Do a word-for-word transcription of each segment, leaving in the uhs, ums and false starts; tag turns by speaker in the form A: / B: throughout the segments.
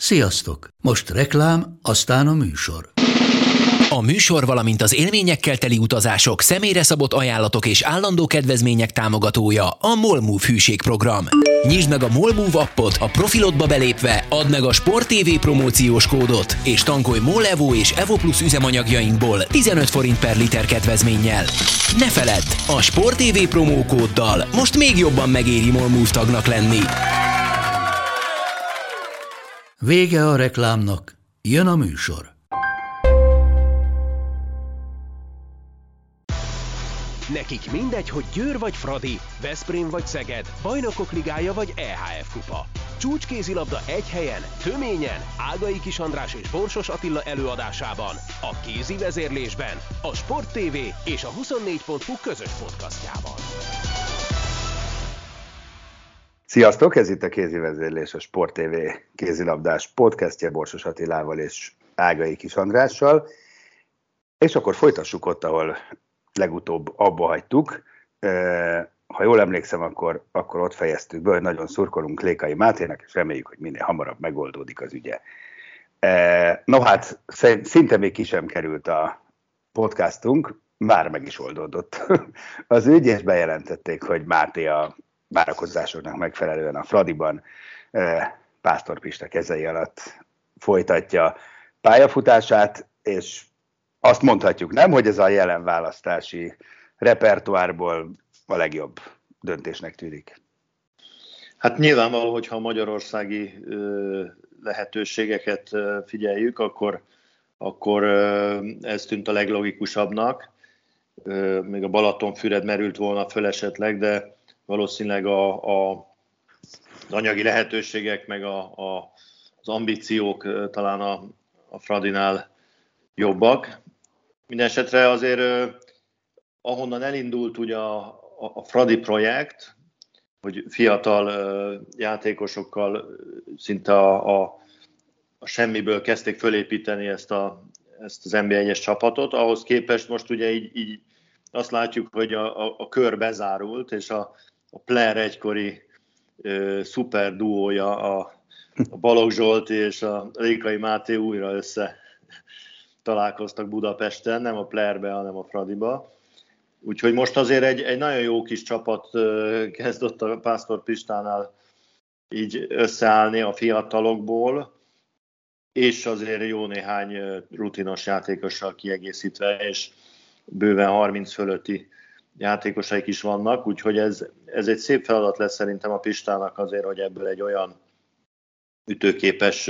A: Sziasztok! Most reklám, aztán a műsor.
B: A műsor, valamint az élményekkel teli utazások, személyre szabott ajánlatok és állandó kedvezmények támogatója a MOLMOVE hűségprogram. Nyisd meg a MOLMOVE appot, a profilodba belépve add meg a Sport té vé promóciós kódot, és tankolj MOL Evo és Evo Plus üzemanyagjainkból tizenöt forint per liter kedvezménnyel. Ne feledd, a Sport té vé promókóddal most még jobban megéri MOLMOVE tagnak lenni.
A: Vége a reklámnak, jön a műsor.
C: Nekik mindegy, hogy Győr vagy Fradi, Veszprém vagy Szeged, Bajnokok Ligája vagy é há ef kupa. Csúcskézilabda egy helyen, töményen, Ágai Kis András és Borsos Attila előadásában, a kézi vezérlésben, a Sport té vé és a huszonnégy pont hu közös podcastjában.
D: Sziasztok, ez itt a kézi vezérlés, a Sport té vé kézilabdás podcastje Borsos Attilával és Ágai Kis Andrással. És akkor folytassuk ott, ahol legutóbb abba hagytuk. Ha jól emlékszem, akkor, akkor ott fejeztük be, hogy nagyon szurkolunk Lékai Máténak, és reméljük, hogy minél hamarabb megoldódik az ügye. No hát, szinte még ki sem került a podcastunk, már meg is oldódott az ügy, és bejelentették, hogy Máté a várakozásoknak megfelelően a Fradiban Pásztor Pista kezei alatt folytatja pályafutását, és azt mondhatjuk, nem, hogy ez a jelen választási repertoárból a legjobb döntésnek tűnik.
E: Hát nyilvánvaló, hogyha a magyarországi ö, lehetőségeket ö, figyeljük, akkor, akkor ö, ez tűnt a leglogikusabbnak. Ö, még a Balatonfüred merült volna föl esetleg, de valószínűleg a, a, az anyagi lehetőségek, meg a, a, az ambíciók ö, talán a, a Fradinál jobbak. Mindenesetre azért, eh, ahonnan elindult ugye a, a, a Fradi projekt, hogy fiatal eh, játékosokkal szinte a, a, a semmiből kezdték fölépíteni ezt, a, ezt az en bé egyes csapatot, ahhoz képest most ugye így, így azt látjuk, hogy a, a, a kör bezárult, és a, a Player egykori eh, szuper duója, a, a Balogh Zsolti és a Lékai Máté újra össze találkoztak Budapesten, nem a Playerbe, hanem a Fradiba. Úgyhogy most azért egy, egy nagyon jó kis csapat kezdett a Pásztor Pistánál így összeállni a fiatalokból, és azért jó néhány rutinos játékossal kiegészítve, és bőven harminc fölötti játékosaik is vannak, úgyhogy ez, ez egy szép feladat lesz szerintem a Pistának azért, hogy ebből egy olyan ütőképes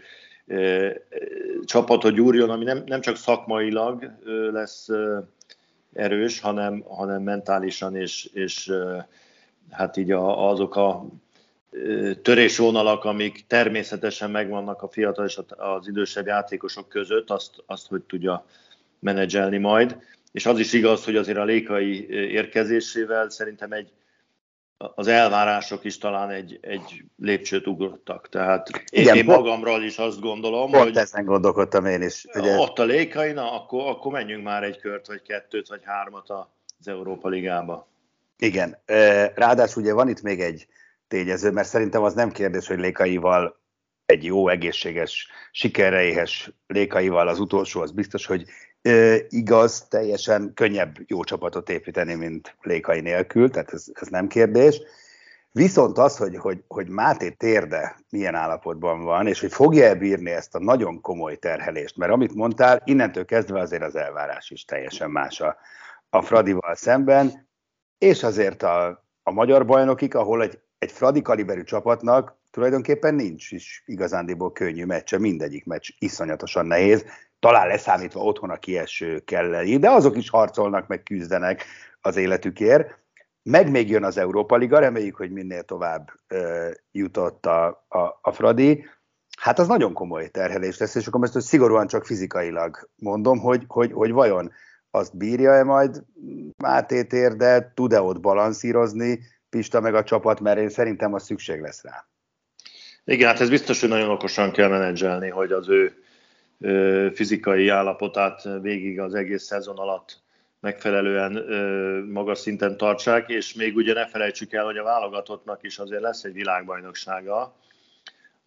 E: csapatot gyúrjon, ami nem, nem csak szakmailag lesz erős, hanem, hanem mentálisan, és, és hát így a, azok a törésvonalak, amik természetesen megvannak a fiatal és az idősebb játékosok között, azt, azt hogy tudja menedzselni majd. És az is igaz, hogy azért a Lékai érkezésével szerintem egy az elvárások is talán egy, egy lépcsőt ugrottak. Tehát én, Igen, én magamról is azt gondolom,
D: pont
E: hogy
D: ezen gondolkodtam én is.
E: Ugye... ott a Lékai, na, akkor, akkor menjünk már egy kört, vagy kettőt, vagy hármat az Európa Ligába.
D: Igen, ráadásul ugye van itt még egy tényező, mert szerintem az nem kérdés, hogy Lékaival egy jó, egészséges, sikerre éhes Lékaival az utolsó, az biztos, hogy igaz, teljesen könnyebb jó csapatot építeni, mint Lékai nélkül, tehát ez, ez nem kérdés. Viszont az, hogy, hogy, hogy Máté térde milyen állapotban van, és hogy fogja-e bírni ezt a nagyon komoly terhelést, mert amit mondtál, innentől kezdve azért az elvárás is teljesen más a, a Fradival szemben, és azért a, a magyar bajnokik, ahol egy, egy Fradi kaliberű csapatnak tulajdonképpen nincs is igazándiból könnyű meccse, mindegyik meccs iszonyatosan nehéz, talán leszámítva otthon a kieső kelleni, de azok is harcolnak, meg küzdenek az életükért. Meg még jön az Európa Liga, reméljük, hogy minél tovább ö, jutott a, a, a Fradi. Hát az nagyon komoly terhelés lesz, és akkor most hogy szigorúan csak fizikailag mondom, hogy, hogy, hogy vajon azt bírja-e majd Máté térde, tud-e ott balanszírozni Pista meg a csapat, mert én szerintem az szükség lesz rá.
E: Igen, hát ez biztos, hogy nagyon okosan kell menedzselni, hogy az ő fizikai állapotát végig az egész szezon alatt megfelelően magas szinten tartsák, és még ugye ne felejtsük el, hogy a válogatottnak is azért lesz egy világbajnoksága,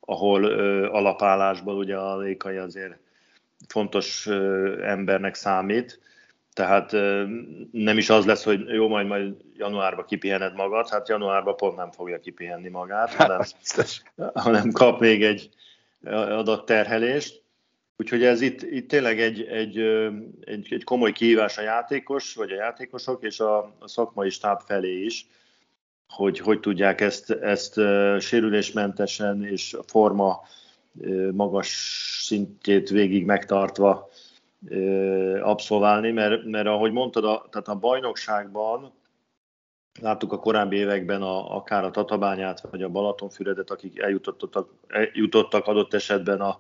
E: ahol ö, alapállásból ugye a Lékai azért fontos ö, embernek számít. Tehát ö, nem is az lesz, hogy jó, majd majd januárban kipihened magad, hát januárban pont nem fogja kipihenni magát, hanem, hanem kap még egy adat terhelést. Úgyhogy ez itt, itt tényleg egy, egy, egy, egy komoly kihívás a játékos, vagy a játékosok és a, a szakmai stáb felé is, hogy hogy tudják ezt, ezt sérülésmentesen és a forma magas szintjét végig megtartva abszolválni, mert, mert ahogy mondtad, a, tehát a bajnokságban láttuk a korábbi években a, akár a Tatabányát, vagy a Balatonfüredet, akik eljutottak, eljutottak adott esetben a,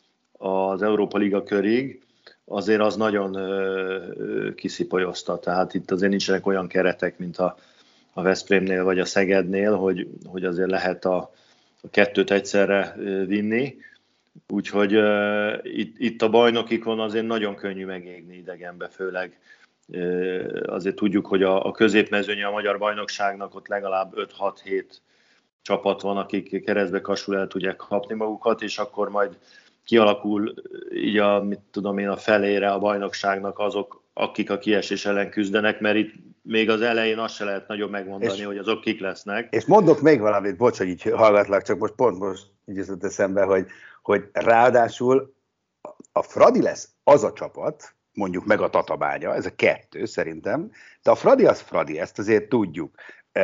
E: az Európa Liga körig, azért az nagyon ö, kiszipolyozta. Tehát itt azért nincsenek olyan keretek, mint a, a Veszprémnél vagy a Szegednél, hogy, hogy azért lehet a, a kettőt egyszerre vinni. Úgyhogy ö, itt, itt a bajnokikon azért nagyon könnyű megégni idegenbe, főleg. Ö, azért tudjuk, hogy a, a középmezőnye a magyar bajnokságnak ott legalább öt-hat-hét csapat van, akik keresztbe kasul el tudják kapni magukat, és akkor majd kialakul így a, mit tudom én, a felére a bajnokságnak azok, akik a kiesés ellen küzdenek, mert itt még az elején azt se lehet nagyon megmondani, és, hogy azok kik lesznek.
D: És mondok még valamit, bocs, hogy így hallgatlak, csak most pont most így jutott eszembe, hogy, hogy ráadásul a Fradi lesz az a csapat, mondjuk meg a Tatabánya, ez a kettő szerintem, de a Fradi az Fradi, ezt azért tudjuk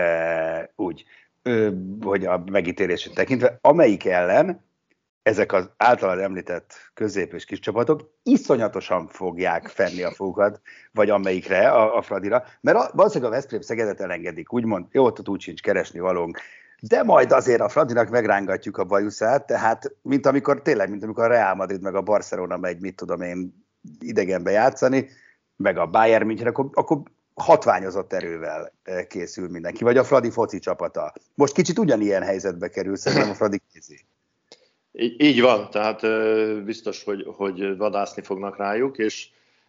D: e, úgy, e, hogy a megítélését tekintve, amelyik ellen ezek az általad említett közép- és kis csapatok iszonyatosan fogják fenni a fogukat, vagy amelyikre, a, a Fradira, mert a, valószínűleg a Veszprém Szegedet elengedik, úgymond, jó, ott úgy sincs keresni valónk, de majd azért a Fradinak megrángatjuk a bajuszát, tehát mint amikor tényleg, mint amikor a Real Madrid meg a Barcelona megy, mit tudom én, idegenbe játszani, meg a Bayern München, akkor, akkor hatványozott erővel készül mindenki, vagy a Fradi foci csapata. Most kicsit ugyanilyen helyzetbe kerül, szerintem a Fradi kézi.
E: Így, így van, tehát biztos, hogy, hogy vadászni fognak rájuk, és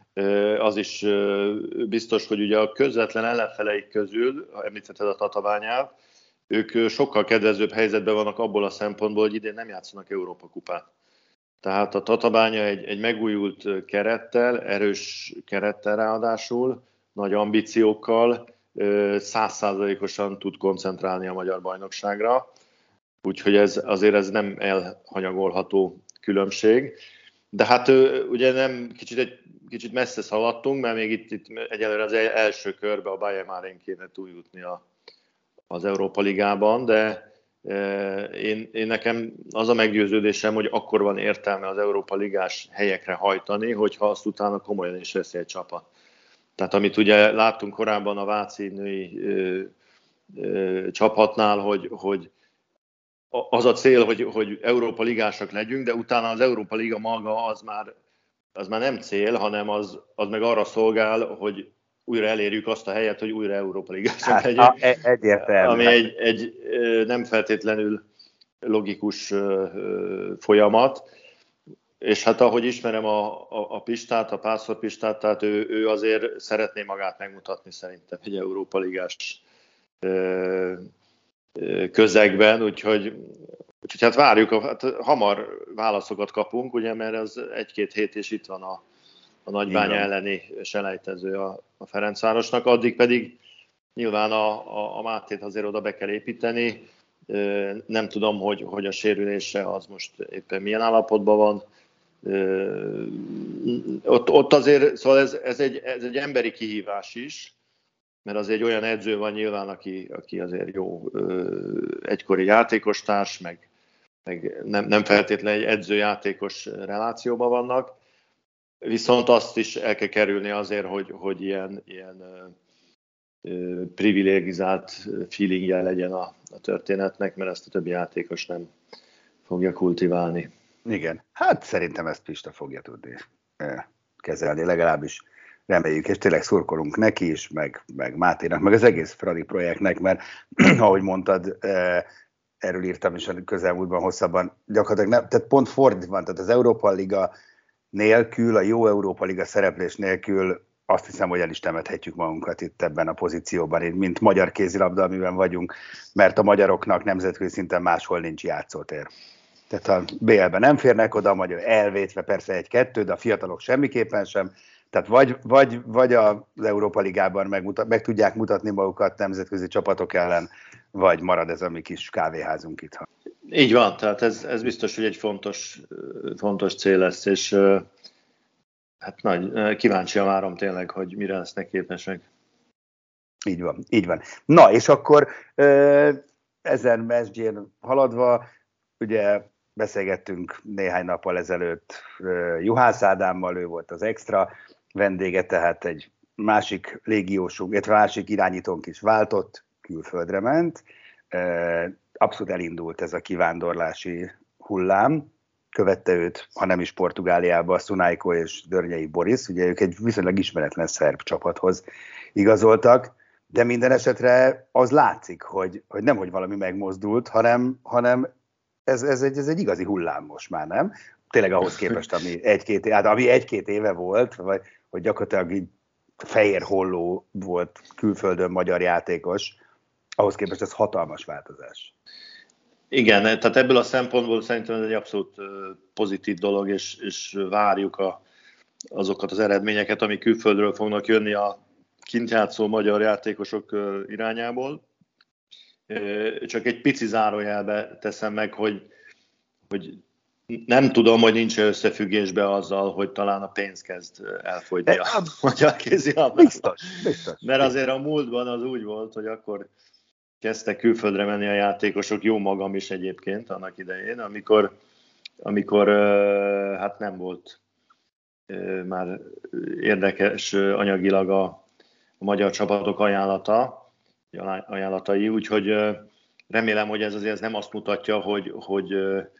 E: az is biztos, hogy ugye a közvetlen ellenfeleik közül, említetted a Tatabányát, ők sokkal kedvezőbb helyzetben vannak abból a szempontból, hogy idén nem játszanak Európa kupát. Tehát a Tatabánya egy, egy megújult kerettel, erős kerettel ráadásul, nagy ambíciókkal, száz százalékosan tud koncentrálni a magyar bajnokságra. Úgyhogy ez, azért ez nem elhanyagolható különbség. De hát ugye nem, kicsit, egy, kicsit messze szaladtunk, mert még itt, itt egyelőre az első körbe a Bayern Márén kéne túljutni a, az Európa Ligában, de e, én, én nekem az a meggyőződésem, hogy akkor van értelme az Európa Ligás helyekre hajtani, hogyha azt utána komolyan is veszi egy csapat. Tehát amit ugye láttunk korábban a váci női ö, ö, csapatnál, hogy, hogy az a cél, hogy, hogy Európa Ligásak legyünk, de utána az Európa Liga maga az már, az már nem cél, hanem az, az meg arra szolgál, hogy újra elérjük azt a helyet, hogy újra Európa Ligásak hát, legyünk.
D: Egyértelmű.
E: Ami egy, egy nem feltétlenül logikus folyamat. És hát ahogy ismerem a, a, a Pistát, a Pászor Pistát, tehát ő, ő azért szeretné magát megmutatni szerintem egy Európa Ligás közegben, úgyhogy, úgyhogy hát várjuk, hát hamar válaszokat kapunk, ugye, mert az egy-két hét és itt van a, a Nagybánya elleni selejtező a, a Ferencvárosnak, addig pedig nyilván a, a, a Mátét azért oda be kell építeni, nem tudom, hogy, hogy a sérülése az most éppen milyen állapotban van, ott, ott azért, szóval ez, ez, egy, ez egy emberi kihívás is, mert az egy olyan edző van nyilván, aki, aki azért jó egykori játékostárs, meg, meg nem, nem feltétlenül egy edző-játékos relációban vannak, viszont azt is el kell kerülni azért, hogy, hogy ilyen, ilyen privilegizált feelingje legyen a, a történetnek, mert ezt a többi játékos nem fogja kultiválni.
D: Igen, hát szerintem ezt Pista fogja tudni kezelni, legalábbis reméljük, és tényleg szurkolunk neki is, meg, meg Máténak, meg az egész Fradi projektnek, mert ahogy mondtad, erről írtam is a közelmúltban hosszabban, gyakorlatilag nem, tehát pont fordítva van, tehát az Európa Liga nélkül, a jó Európa Liga szereplés nélkül azt hiszem, hogy el is temethetjük magunkat itt ebben a pozícióban, mint magyar kézilabda, amiben vagyunk, mert a magyaroknak nemzetközi szinten máshol nincs játszótér. Tehát a bé el-ben nem férnek oda, a magyar elvétve persze egy-kettő, de a fiatalok semmiképpen sem. Tehát vagy, vagy, vagy az Európa Ligában megmutat, meg tudják mutatni magukat nemzetközi csapatok ellen, vagy marad ez a mi kis kávéházunk itt.
E: Így van, tehát ez, ez biztos, hogy egy fontos, fontos cél lesz, és hát nagy, kíváncsian várom tényleg, hogy mire lesznek képesek.
D: Így van, így van. Na, és akkor ezen mesdjén haladva, ugye beszélgettünk néhány nappal ezelőtt Juhász Ádámmal, ő volt az extra vendége, tehát egy másik légiósunk, illetve másik irányítónk is váltott, külföldre ment. Abszolút elindult ez a kivándorlási hullám. Követte őt, ha nem is Portugáliába, Szunájko és Dörnyei Boris, ugye ők egy viszonylag ismeretlen szerb csapathoz igazoltak, de minden esetre az látszik, hogy, hogy nem, hogy valami megmozdult, hanem, hanem ez, ez, egy, ez egy igazi hullám most már, nem? Tényleg ahhoz képest, ami egy-két, hát ami egy-két éve volt, vagy hogy gyakorlatilag így fehér holló volt külföldön magyar játékos, ahhoz képest ez hatalmas változás.
E: Igen, tehát ebből a szempontból szerintem ez egy abszolút pozitív dolog, és, és várjuk a, azokat az eredményeket, ami külföldről fognak jönni a kint játszó magyar játékosok irányából. Csak egy pici zárójelbe teszem meg, hogy, hogy nem tudom, hogy nincs összefüggésbe azzal, hogy talán a pénz kezd elfogyni a magyar kézilabdában.
D: Biztos, biztos.
E: Mert azért a múltban az úgy volt, hogy akkor kezdtek külföldre menni a játékosok, jó magam is egyébként annak idején, amikor, amikor hát nem volt már érdekes anyagilag a, a magyar csapatok ajánlata, ajánlatai, úgyhogy remélem, hogy ez azért nem azt mutatja, hogy, hogy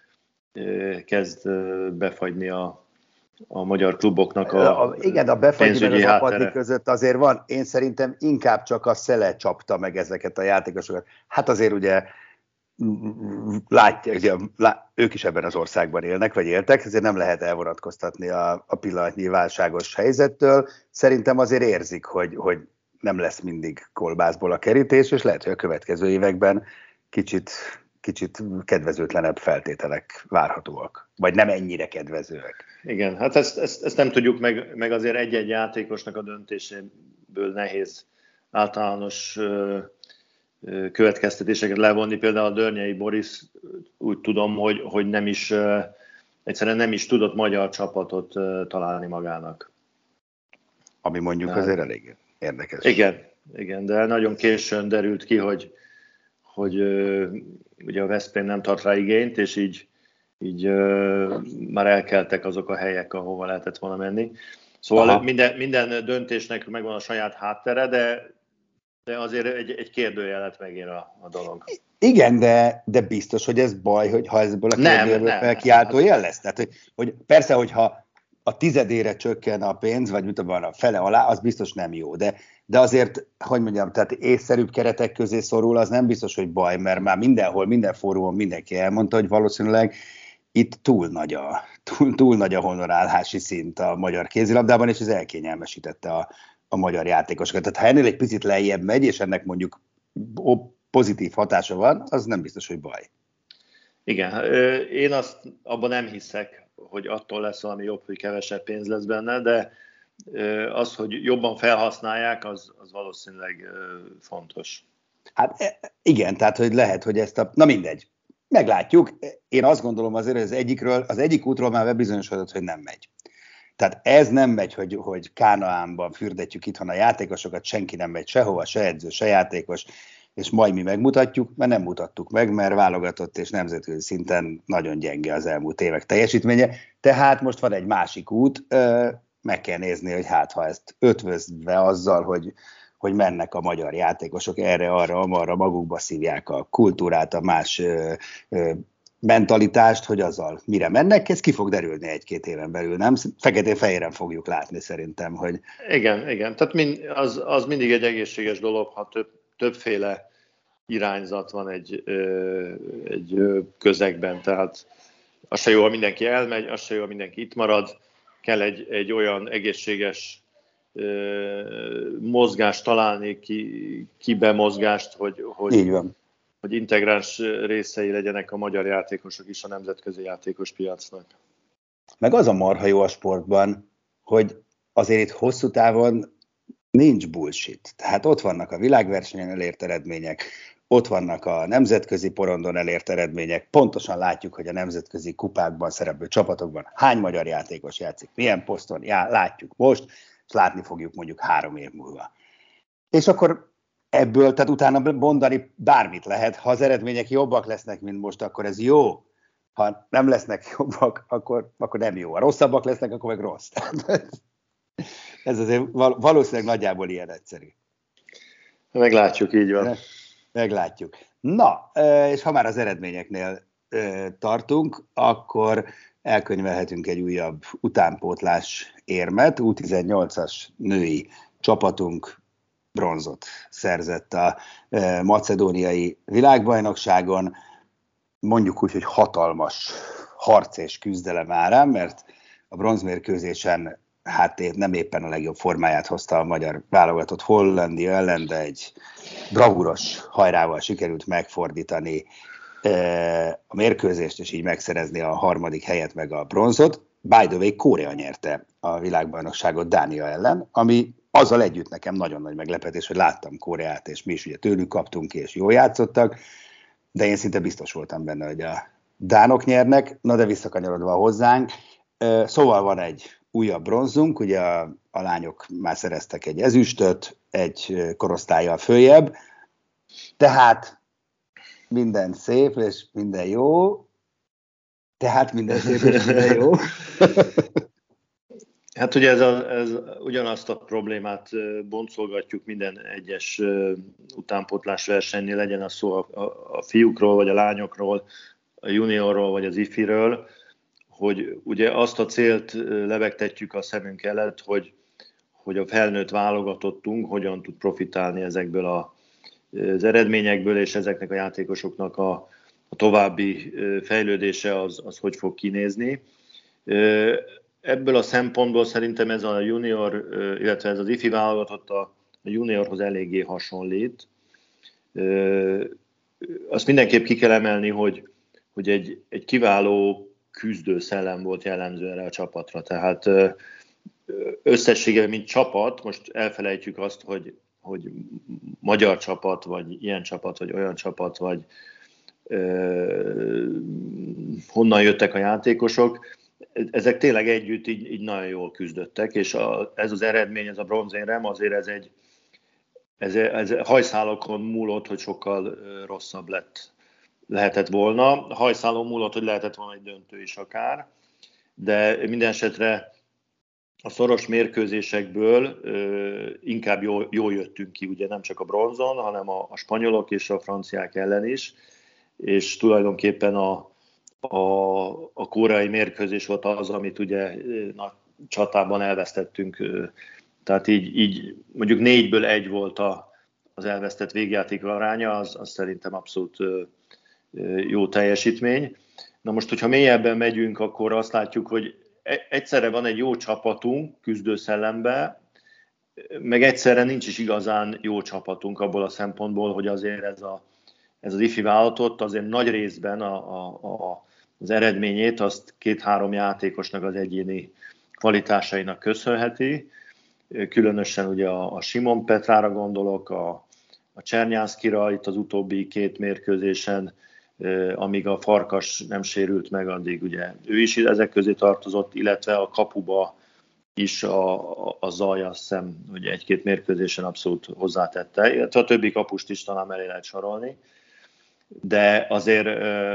E: kezd befagyni a, a magyar kluboknak a,
D: a Igen, a befagyni meg az apatni között azért van. Én szerintem inkább csak a szele csapta meg ezeket a játékosokat. Hát azért ugye látják, ugye, lá, ők is ebben az országban élnek, vagy éltek, ezért nem lehet elvonatkoztatni a, a pillanatnyi válságos helyzettől. Szerintem azért érzik, hogy, hogy nem lesz mindig kolbászból a kerítés, és lehet, hogy a következő években kicsit, kicsit kedvezőtlenebb feltételek várhatóak, vagy nem ennyire kedvezőek.
E: Igen, hát ezt, ezt, ezt nem tudjuk, meg, meg azért egy-egy játékosnak a döntéséből nehéz általános ö, ö, következtetéseket levonni. Például a Dörnyei Boris úgy tudom, hogy, hogy nem is, ö, egyszerűen nem is tudott magyar csapatot ö, találni magának.
D: Ami mondjuk de, azért elég érdekes.
E: Igen, igen, de nagyon későn derült ki, hogy, hogy ö, ugye a Veszprém nem tart rá igényt, és így így uh, már elkeltek azok a helyek, ahova lehetett volna menni. Szóval minden, minden döntésnek megvan a saját háttere, de, de azért egy, egy kérdőjelet megér a, a dolog.
D: Igen, de, de biztos, hogy ez baj, hogy ha ebből a kérdőjelből felkiáltó jel lesz. Tehát, hogy, hogy persze, hogyha a tizedére csökken a pénz, vagy mit van a fele alá, az biztos nem jó. De, de azért, hogy mondjam, tehát észszerűbb keretek közé szorul, az nem biztos, hogy baj, mert már mindenhol, minden fórumon mindenki elmondta, hogy valószínűleg itt túl nagy a, túl, túl nagy a honorálási szint a magyar kézilabdában, és ez elkényelmesítette a, a magyar játékosokat. Tehát ha ennél egy picit lejjebb megy, és ennek mondjuk pozitív hatása van, az nem biztos, hogy baj.
E: Igen, én azt abban nem hiszek, hogy attól lesz valami jobb, hogy kevesebb pénz lesz benne, de az, hogy jobban felhasználják, az, az valószínűleg fontos.
D: Hát igen, tehát hogy lehet, hogy ezt a... Na mindegy. Meglátjuk. Én azt gondolom azért, hogy az egyikről, az egyik útról már bebizonyosodott, hogy nem megy. Tehát ez nem megy, hogy, hogy Kánaánban fürdetjük itthon a játékosokat, senki nem megy sehova, se edző, se játékos, és majd mi megmutatjuk, mert nem mutattuk meg, mert válogatott és nemzetközi szinten nagyon gyenge az elmúlt évek teljesítménye. Tehát most van egy másik út, meg kell nézni, hogy hát ha ezt ötvözve azzal, hogy hogy mennek a magyar játékosok erre, arra, amarra, magukba szívják a kultúrát, a más ö, ö, mentalitást, hogy azzal mire mennek, ez ki fog derülni egy-két éven belül, nem? Feketén-fehéren fogjuk látni szerintem, hogy...
E: Igen, igen, tehát mind, az, az mindig egy egészséges dolog, ha több, többféle irányzat van egy, ö, egy ö, közegben, tehát az se jó, ha mindenki elmegy, az se jó, ha mindenki itt marad, kell egy, egy olyan egészséges mozgást találni, ki, kibemozgást, hogy, hogy,
D: Így van.
E: hogy integráns részei legyenek a magyar játékosok is a nemzetközi játékos piacnak.
D: Meg az a marha jó a sportban, hogy azért itt hosszú távon nincs bullshit. Tehát ott vannak a világversenyen elért eredmények, ott vannak a nemzetközi porondon elért eredmények, pontosan látjuk, hogy a nemzetközi kupákban szereplő csapatokban hány magyar játékos játszik, milyen poszton, já, látjuk most, és látni fogjuk mondjuk három év múlva. És akkor ebből, tehát utána mondani bármit lehet, ha az eredmények jobbak lesznek, mint most, akkor ez jó. Ha nem lesznek jobbak, akkor, akkor nem jó. Ha rosszabbak lesznek, akkor meg rossz. Ez azért valószínűleg nagyjából ilyen egyszerű.
E: Meglátjuk, így van.
D: Meglátjuk. Na, és ha már az eredményeknél tartunk, akkor elkönyvelhetünk egy újabb utánpótlás érmet. U tizennyolcas női csapatunk bronzot szerzett a macedóniai világbajnokságon. Mondjuk úgy, hogy hatalmas harc és küzdelem árán, mert a bronzmérkőzésen hát nem éppen a legjobb formáját hozta a magyar válogatott Hollandia ellen, de egy bravúros hajrával sikerült megfordítani a mérkőzést, és így megszerezni a harmadik helyet meg a bronzot. By the way, Korea nyerte a világbajnokságot Dánia ellen, ami azzal együtt nekem nagyon nagy meglepetés, hogy láttam Koreát, és mi is ugye tőlük kaptunk, és jól játszottak, de én szinte biztos voltam benne, hogy a dánok nyernek. Na de visszakanyarodva hozzánk, szóval van egy újabb bronzunk, ugye a, a lányok már szereztek egy ezüstöt, egy korosztállyal följebb, tehát minden szép és minden jó, tehát minden szép és minden jó.
E: Hát ugye ez, a, ez ugyanazt a problémát boncolgatjuk minden egyes utánpótlás versenynél, legyen az szó a, a, a fiúkról, vagy a lányokról, a juniorról, vagy az ifiről, hogy ugye azt a célt lebegtetjük a szemünk előtt, hogy, hogy a felnőtt válogatottunk hogyan tud profitálni ezekből a, az eredményekből, és ezeknek a játékosoknak a, a további fejlődése az, az hogy fog kinézni. Ebből a szempontból szerintem ez a junior, illetve ez az ifi válogatott a juniorhoz eléggé hasonlít. Azt mindenképp ki kell emelni, hogy, hogy egy, egy kiváló küzdő szellem volt jellemző erre a csapatra. Tehát összességében, mint csapat, most elfelejtjük azt, hogy, hogy magyar csapat, vagy ilyen csapat, vagy olyan csapat, vagy ö, honnan jöttek a játékosok. Ezek tényleg együtt így, így nagyon jól küzdöttek, és a, ez az eredmény, ez a bronzérem, azért ez egy ez, ez hajszálokon múlott, hogy sokkal rosszabb lett. Lehetett volna. Hajszálon múlott, hogy lehetett volna egy döntő is akár, de minden esetre a szoros mérkőzésekből ö, inkább jól, jól jöttünk ki, ugye nem csak a bronzon, hanem a, a spanyolok és a franciák ellen is, és tulajdonképpen a, a, a koreai mérkőzés volt az, amit ugye nagy csatában elvesztettünk, tehát így, így mondjuk négyből egy volt a, az elvesztett végjáték aránya, az, az szerintem abszolút jó teljesítmény. Na most, hogyha mélyebben megyünk, akkor azt látjuk, hogy egyszerre van egy jó csapatunk küzdőszellemben, meg egyszerre nincs is igazán jó csapatunk abból a szempontból, hogy azért ez, a, ez az ifi vállalatot azért nagy részben a, a, a, az eredményét azt két-három játékosnak az egyéni kvalitásainak köszönheti. Különösen ugye a, a Simon Petrára gondolok, a, a Csernyánszkira itt az utóbbi két mérkőzésen, amíg a Farkas nem sérült meg, addig ugye ő is ezek közé tartozott, illetve a kapuba is a, a, a Zaj, azt hiszem, hogy egy-két mérkőzésen abszolút hozzátette, illetve a többi kapust is talán mellé lehet sorolni. De azért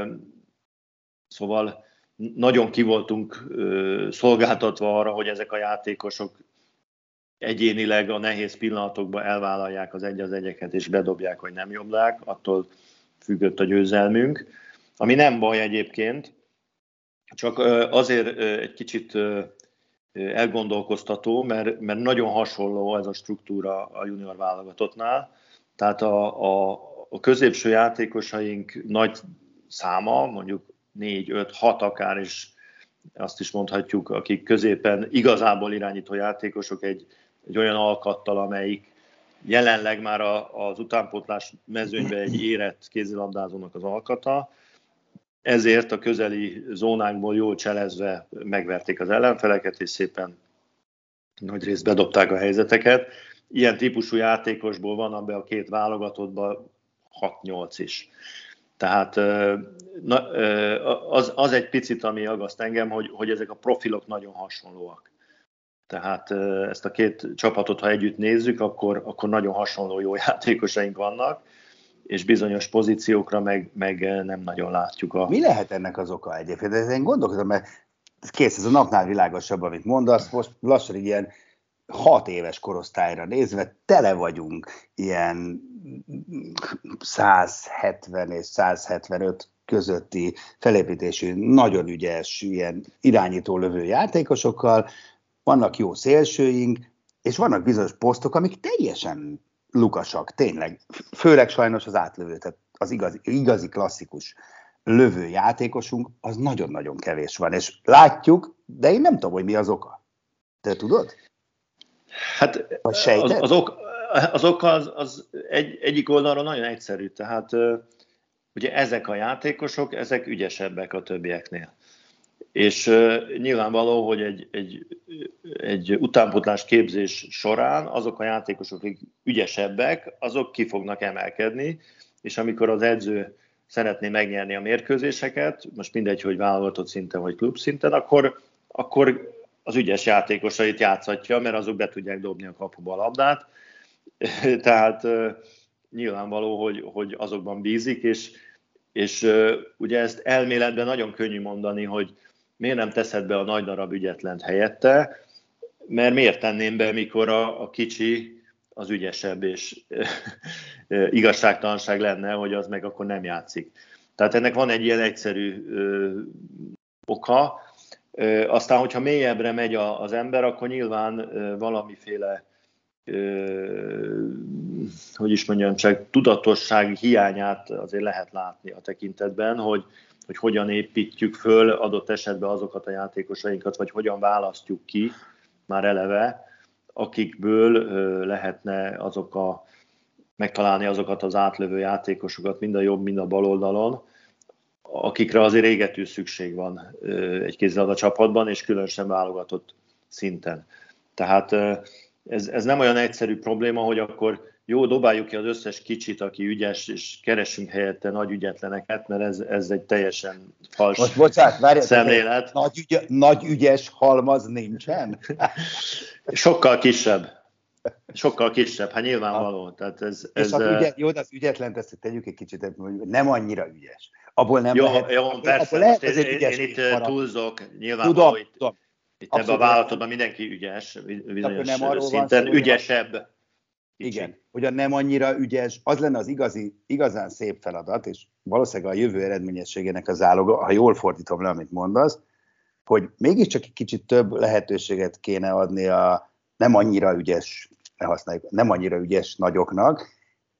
E: szóval nagyon ki voltunk szolgáltatva arra, hogy ezek a játékosok egyénileg a nehéz pillanatokban elvállalják az egy az egyeket és bedobják, vagy nem jobbák, attól függött a győzelmünk, ami nem baj egyébként, csak azért egy kicsit elgondolkoztató, mert, mert nagyon hasonló ez a struktúra a junior válogatottnál, tehát a, a, a középső játékosaink nagy száma, mondjuk négy, öt, hat akár is, azt is mondhatjuk, akik középen igazából irányító játékosok egy, egy olyan alkattal, amelyik jelenleg már a, az utánpótlás mezőnyben egy érett kézilabdázónak az alkata, ezért a közeli zónákból jól cselezve megverték az ellenfeleket, és szépen nagyrészt bedobták a helyzeteket. Ilyen típusú játékosból van abban a két válogatottban hat-nyolc is. Tehát na, az, az egy picit, ami aggaszt engem, hogy, hogy ezek a profilok nagyon hasonlóak. Tehát ezt a két csapatot, ha együtt nézzük, akkor, akkor nagyon hasonló jó játékosaink vannak, és bizonyos pozíciókra meg, meg nem nagyon látjuk a...
D: Mi lehet ennek az oka egyébként? De én gondolkodom, mert kész, ez a napnál világosabb, amit mondasz, most lassan ilyen hat éves korosztályra nézve tele vagyunk ilyen száz hetven és száz hetvenöt közötti felépítésű, nagyon ügyes, ilyen irányító lövő játékosokkal, vannak jó szélsőink, és vannak bizonyos posztok, amik teljesen lukasak, tényleg. Főleg sajnos az átlövő, tehát az igazi, igazi klasszikus lövő játékosunk, az nagyon-nagyon kevés van, és látjuk, de én nem tudom, hogy mi az oka. Te tudod?
E: Hát az, az, ok, az oka az, az egy, egyik oldalról nagyon egyszerű, tehát ugye ezek a játékosok, ezek ügyesebbek a többieknél. És uh, nyilvánvaló, hogy egy, egy, egy utánpótlás képzés során azok a játékosok, akik ügyesebbek, azok ki fognak emelkedni, és amikor az edző szeretné megnyerni a mérkőzéseket, most mindegy, hogy válogatott szinten vagy klub szinten, akkor, akkor az ügyes játékosait játszatja, mert azok be tudják dobni a kapuba a labdát. Tehát uh, nyilvánvaló, hogy, hogy azokban bízik, és, és uh, ugye ezt elméletben nagyon könnyű mondani, hogy miért nem teszed be a nagy darab ügyetlent helyette, mert miért tenném be, mikor a, a kicsi az ügyesebb, és igazságtalanság lenne, hogy az meg akkor nem játszik. Tehát ennek van egy ilyen egyszerű ö, oka. Ö, aztán, hogyha mélyebbre megy a, az ember, akkor nyilván ö, valamiféle, ö, hogy is mondjam, csak tudatosság hiányát azért lehet látni a tekintetben, hogy hogy hogyan építjük föl adott esetben azokat a játékosainkat, vagy hogyan választjuk ki már eleve, akikből lehetne azok a, megtalálni azokat az átlövő játékosokat, mind a jobb, mind a bal oldalon, akikre azért égető szükség van egy kézilabda csapatban, és különösen válogatott szinten. Tehát ez, ez nem olyan egyszerű probléma, hogy akkor jó, dobáljuk ki az összes kicsit, aki ügyes, és keressünk helyette nagy ügyetleneket, mert ez, ez egy teljesen fals
D: Most, bocsánat, várjál,
E: szemlélet.
D: Nagy, ügy, nagy ügyes halmaz nincsen?
E: Sokkal kisebb. Sokkal kisebb, hát nyilvánvaló. Tehát ez,
D: és
E: ez,
D: az ügyet, jó, de az ügyetlen, ezt tegyük egy kicsit, hogy nem annyira ügyes. Abból nem
E: jó,
D: lehet.
E: Jó, persze,
D: lehet
E: most én, én, én itt marad. túlzok, nyilvánvaló,
D: tudom,
E: itt,
D: tudom.
E: itt ebben a vállalatban mindenki ügyes, bizonyos
D: nem
E: szinten,
D: szó,
E: ügyesebb. Kicsi.
D: Igen, hogy nem annyira ügyes, az lenne az igazi, igazán szép feladat, és valószínűleg a jövő eredményességének a záloga, ha jól fordítom le, amit mondasz, hogy mégiscsak egy kicsit több lehetőséget kéne adni a nem annyira ügyes, ne használjuk, nem annyira ügyes nagyoknak,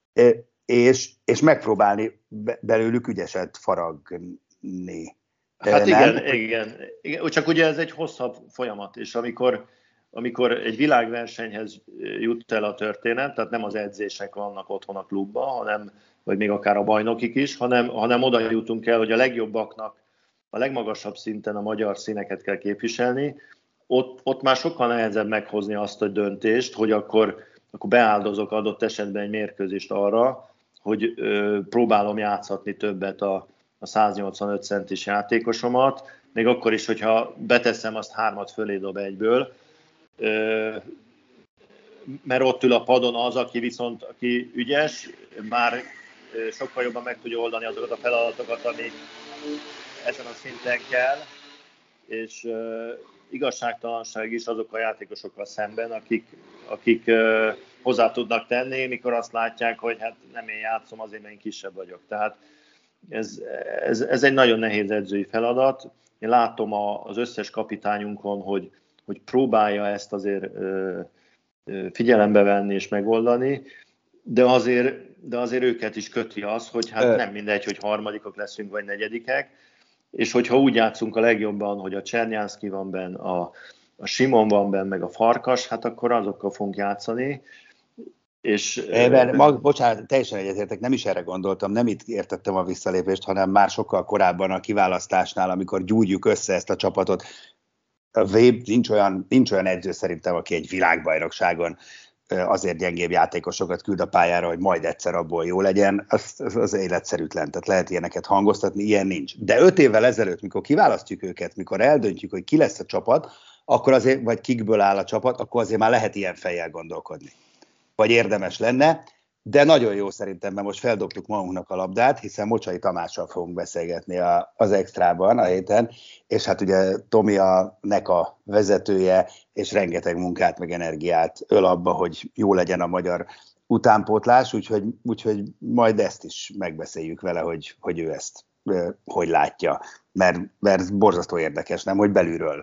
D: és, és megpróbálni belőlük ügyeset faragni.
E: Hát igen, igen, igen, csak ugye ez egy hosszabb folyamat, és amikor amikor egy világversenyhez jut el a történet, tehát nem az edzések vannak otthon a klubban, hanem, vagy még akár a bajnokik is, hanem, hanem oda jutunk el, hogy a legjobbaknak a legmagasabb szinten a magyar színeket kell képviselni, ott, ott már sokkal nehezebb meghozni azt a döntést, hogy akkor, akkor beáldozok adott esetben egy mérkőzést arra, hogy ö, próbálom játszatni többet a, a száznyolcvanöt centis játékosomat, még akkor is, hogyha beteszem azt hármat fölé dob egyből, mert ott ül a padon az, aki viszont aki ügyes, már sokkal jobban meg tudja oldani azokat a feladatokat, ami ezen a szinten kell, és uh, igazságtalanság is azok a játékosokkal szemben, akik, akik uh, hozzá tudnak tenni, mikor azt látják, hogy hát nem én játszom, azért mert én kisebb vagyok. Tehát ez, ez, ez egy nagyon nehéz edzői feladat. Én látom a, az összes kapitányunkon, hogy hogy próbálja ezt azért ö, ö, figyelembe venni és megoldani, de azért, de azért őket is köti az, hogy hát nem mindegy, hogy harmadikok leszünk, vagy negyedikek, és hogyha úgy játszunk a legjobban, hogy a Csernyánszky van benn, a, a Simon van benn, meg a Farkas, hát akkor azokkal fogunk játszani, És,
D: Éven, mag, bocsánat, teljesen egyetértek, nem is erre gondoltam, nem itt értettem a visszalépést, hanem már sokkal korábban a kiválasztásnál, amikor gyújtjuk össze ezt a csapatot. A Webb nincs olyan, nincs olyan edző szerintem, aki egy világbajnokságon azért gyengébb játékosokat küld a pályára, hogy majd egyszer abból jó legyen, az, az, az életszerűtlen, tehát lehet ilyeneket hangoztatni, ilyen nincs. De öt évvel ezelőtt, mikor kiválasztjuk őket, mikor eldöntjük, hogy ki lesz a csapat, akkor azért, vagy kikből áll a csapat, akkor azért már lehet ilyen fejjel gondolkodni. Vagy érdemes lenne, de nagyon jó szerintem, mert most feldobtuk magunknak a labdát, hiszen Mocsai Tamással fogunk beszélgetni a, az Extrában a héten, és hát ugye Tomi a NECA vezetője, és rengeteg munkát meg energiát öl abba, hogy jó legyen a magyar utánpótlás, úgyhogy, úgyhogy majd ezt is megbeszéljük vele, hogy, hogy ő ezt hogy látja, mert, mert borzasztó érdekes, nem, hogy belülről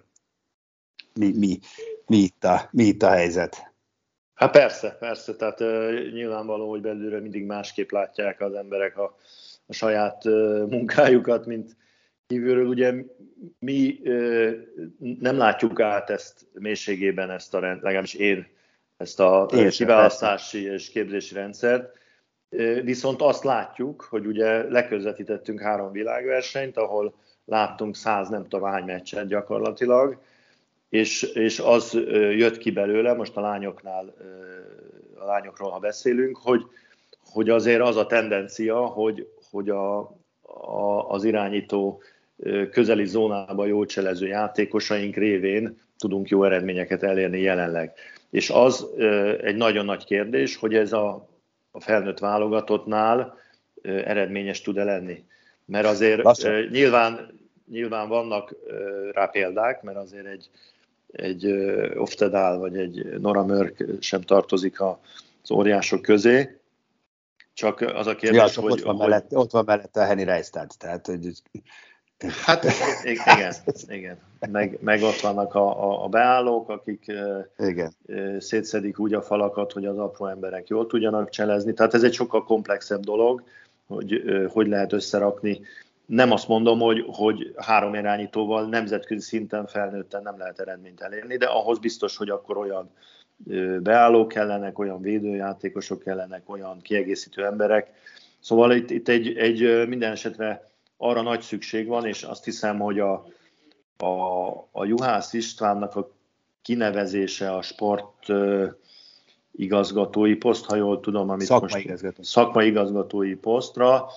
D: mi, mi, mi, itt, a, mi itt a helyzet.
E: Hát persze, persze, tehát uh, nyilvánvaló, hogy belülről mindig másképp látják az emberek a, a saját uh, munkájukat, mint kívülről. Ugye mi uh, nem látjuk át ezt mélységében, ezt a rend, legalábbis én, ezt a én kiválasztási sem, és képzési rendszert. Uh, viszont azt látjuk, hogy ugye leközvetítettünk három világversenyt, ahol láttunk száz nem tudom hány meccset gyakorlatilag, És, és az jött ki belőle, most a lányoknál, a lányokról ha beszélünk, hogy, hogy azért az a tendencia, hogy, hogy a, a, az irányító közeli zónába jól cselező játékosaink révén tudunk jó eredményeket elérni jelenleg. És az egy nagyon nagy kérdés, hogy ez a, a felnőtt válogatottnál eredményes tud-e lenni. Mert azért nyilván, nyilván vannak rá példák, mert azért egy egy Oftedal vagy egy Nora Mörk sem tartozik az óriások közé. Csak az a kérdés,
D: ja,
E: hogy...
D: Ott van,
E: hogy...
D: mellett, ott van mellette a Henny Reistad, tehát... Hogy...
E: Hát igen, igen. Meg, meg ott vannak a, a, a beállók, akik igen. szétszedik úgy a falakat, hogy az apró emberek jól tudjanak cselezni. Tehát ez egy sokkal komplexebb dolog, hogy hogy lehet összerakni. Nem azt mondom, hogy, hogy három irányítóval nemzetközi szinten felnőtten nem lehet eredményt elérni, de ahhoz biztos, hogy akkor olyan beállók kellenek, olyan védőjátékosok kellenek, olyan kiegészítő emberek. Szóval itt, itt egy, egy minden esetre arra nagy szükség van, és azt hiszem, hogy a, a, a Juhász Istvánnak a kinevezése a sport igazgatói poszt, ha jól tudom, amit
D: szakmai
E: most
D: igazgató.
E: szakmai igazgatói posztra.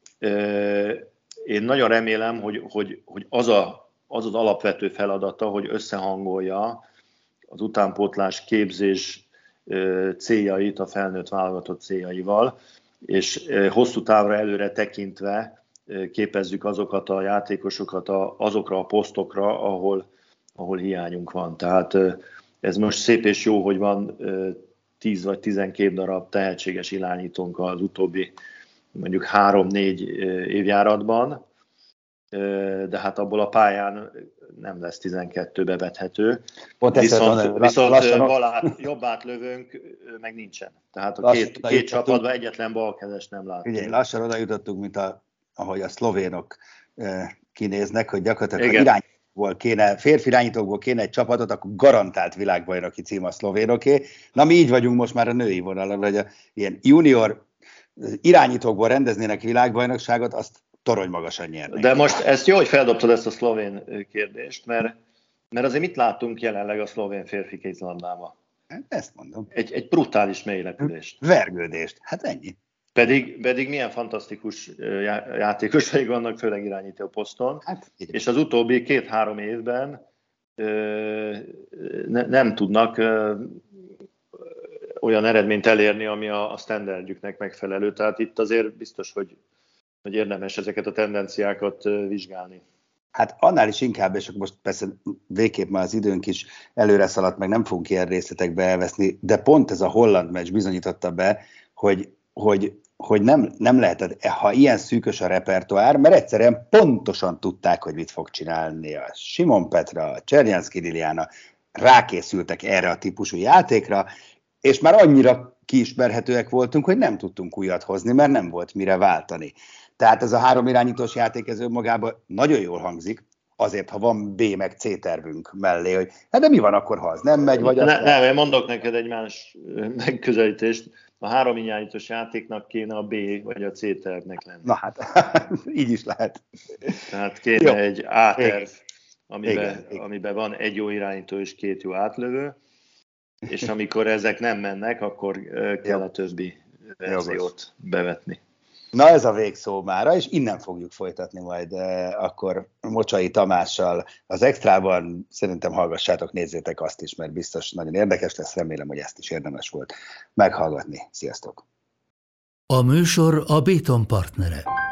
E: Én nagyon remélem, hogy, hogy, hogy az, a, az az alapvető feladata, hogy összehangolja az utánpótlás képzés céljait a felnőtt válogatott céljaival, és hosszú távra előre tekintve képezzük azokat a játékosokat azokra a posztokra, ahol, ahol hiányunk van. Tehát ez most szép és jó, hogy van tíz vagy tizenkét darab tehetséges irányítónk az utóbbi mondjuk három-négy évjáratban, de hát abból a pályán nem lesz tizenkettő bevethető. Pont viszont mondani, viszont lassan, balát, jobbát lövőnk meg nincsen. Tehát a két, két csapatban egyetlen balkezes nem látunk.
D: Ugye, lassan oda jutottunk, mint a, ahogy a szlovénok kinéznek, hogy gyakorlatilag ha irányítókból kéne, férfi irányítókból kéne egy csapatot, akkor garantált világbajnoki cím a szlovénoké. Na mi így vagyunk most már a női vonalon, hogy a ilyen junior irányítókból rendeznének világbajnokságot, azt torony magasan nyernek.
E: De most ezt jó, hogy feldobtad ezt a szlovén kérdést, mert, mert azért mit látunk jelenleg a szlovén férfi kézilabdában?
D: Ezt mondom.
E: Egy, egy brutális mélylepülést.
D: Vergődést, hát ennyi.
E: Pedig, pedig milyen fantasztikus játékosaik vannak, főleg irányító poszton, hát, és az utóbbi két-három évben ö, ne, nem tudnak ö, olyan eredményt elérni, ami a, a standardjüknek megfelelő. Tehát itt azért biztos, hogy, hogy érdemes ezeket a tendenciákat vizsgálni.
D: Hát annál is inkább, és most persze végképp már az időnk is előre szaladt, meg nem fogunk ilyen részletekbe elveszni, de pont ez a holland meccs bizonyította be, hogy, hogy, hogy nem, nem lehetett, ha ilyen szűkös a repertoár, mert egyszerűen pontosan tudták, hogy mit fog csinálni a Simon Petra, a Csernyánszky Liliana, rákészültek erre a típusú játékra, és már annyira kiismerhetőek voltunk, hogy nem tudtunk újat hozni, mert nem volt mire váltani. Tehát ez a három irányítós játék ez önmagában nagyon jól hangzik, azért, ha van B meg C tervünk mellé, hogy hát de mi van akkor, ha az nem megy, vagy
E: ne,
D: azt...
E: Nem, én mondok neked egy más megközelítést. a három irányítós játéknak kéne a B vagy a C tervnek lenni.
D: Na hát, így is lehet.
E: Tehát kéne
D: Jó.
E: egy A terv, amiben,
D: Igen, igen.
E: amiben van egy jó irányító és két jó átlövő, és amikor ezek nem mennek, akkor kell a többi verziót bevetni.
D: Na ez a végszó mára, és innen fogjuk folytatni majd eh, akkor Mocsai Tamással az Extrában. Szerintem hallgassátok, nézzétek azt is, mert biztos nagyon érdekes lesz, remélem, hogy ezt is érdemes volt meghallgatni. Sziasztok!
A: A műsor a Béton partnere.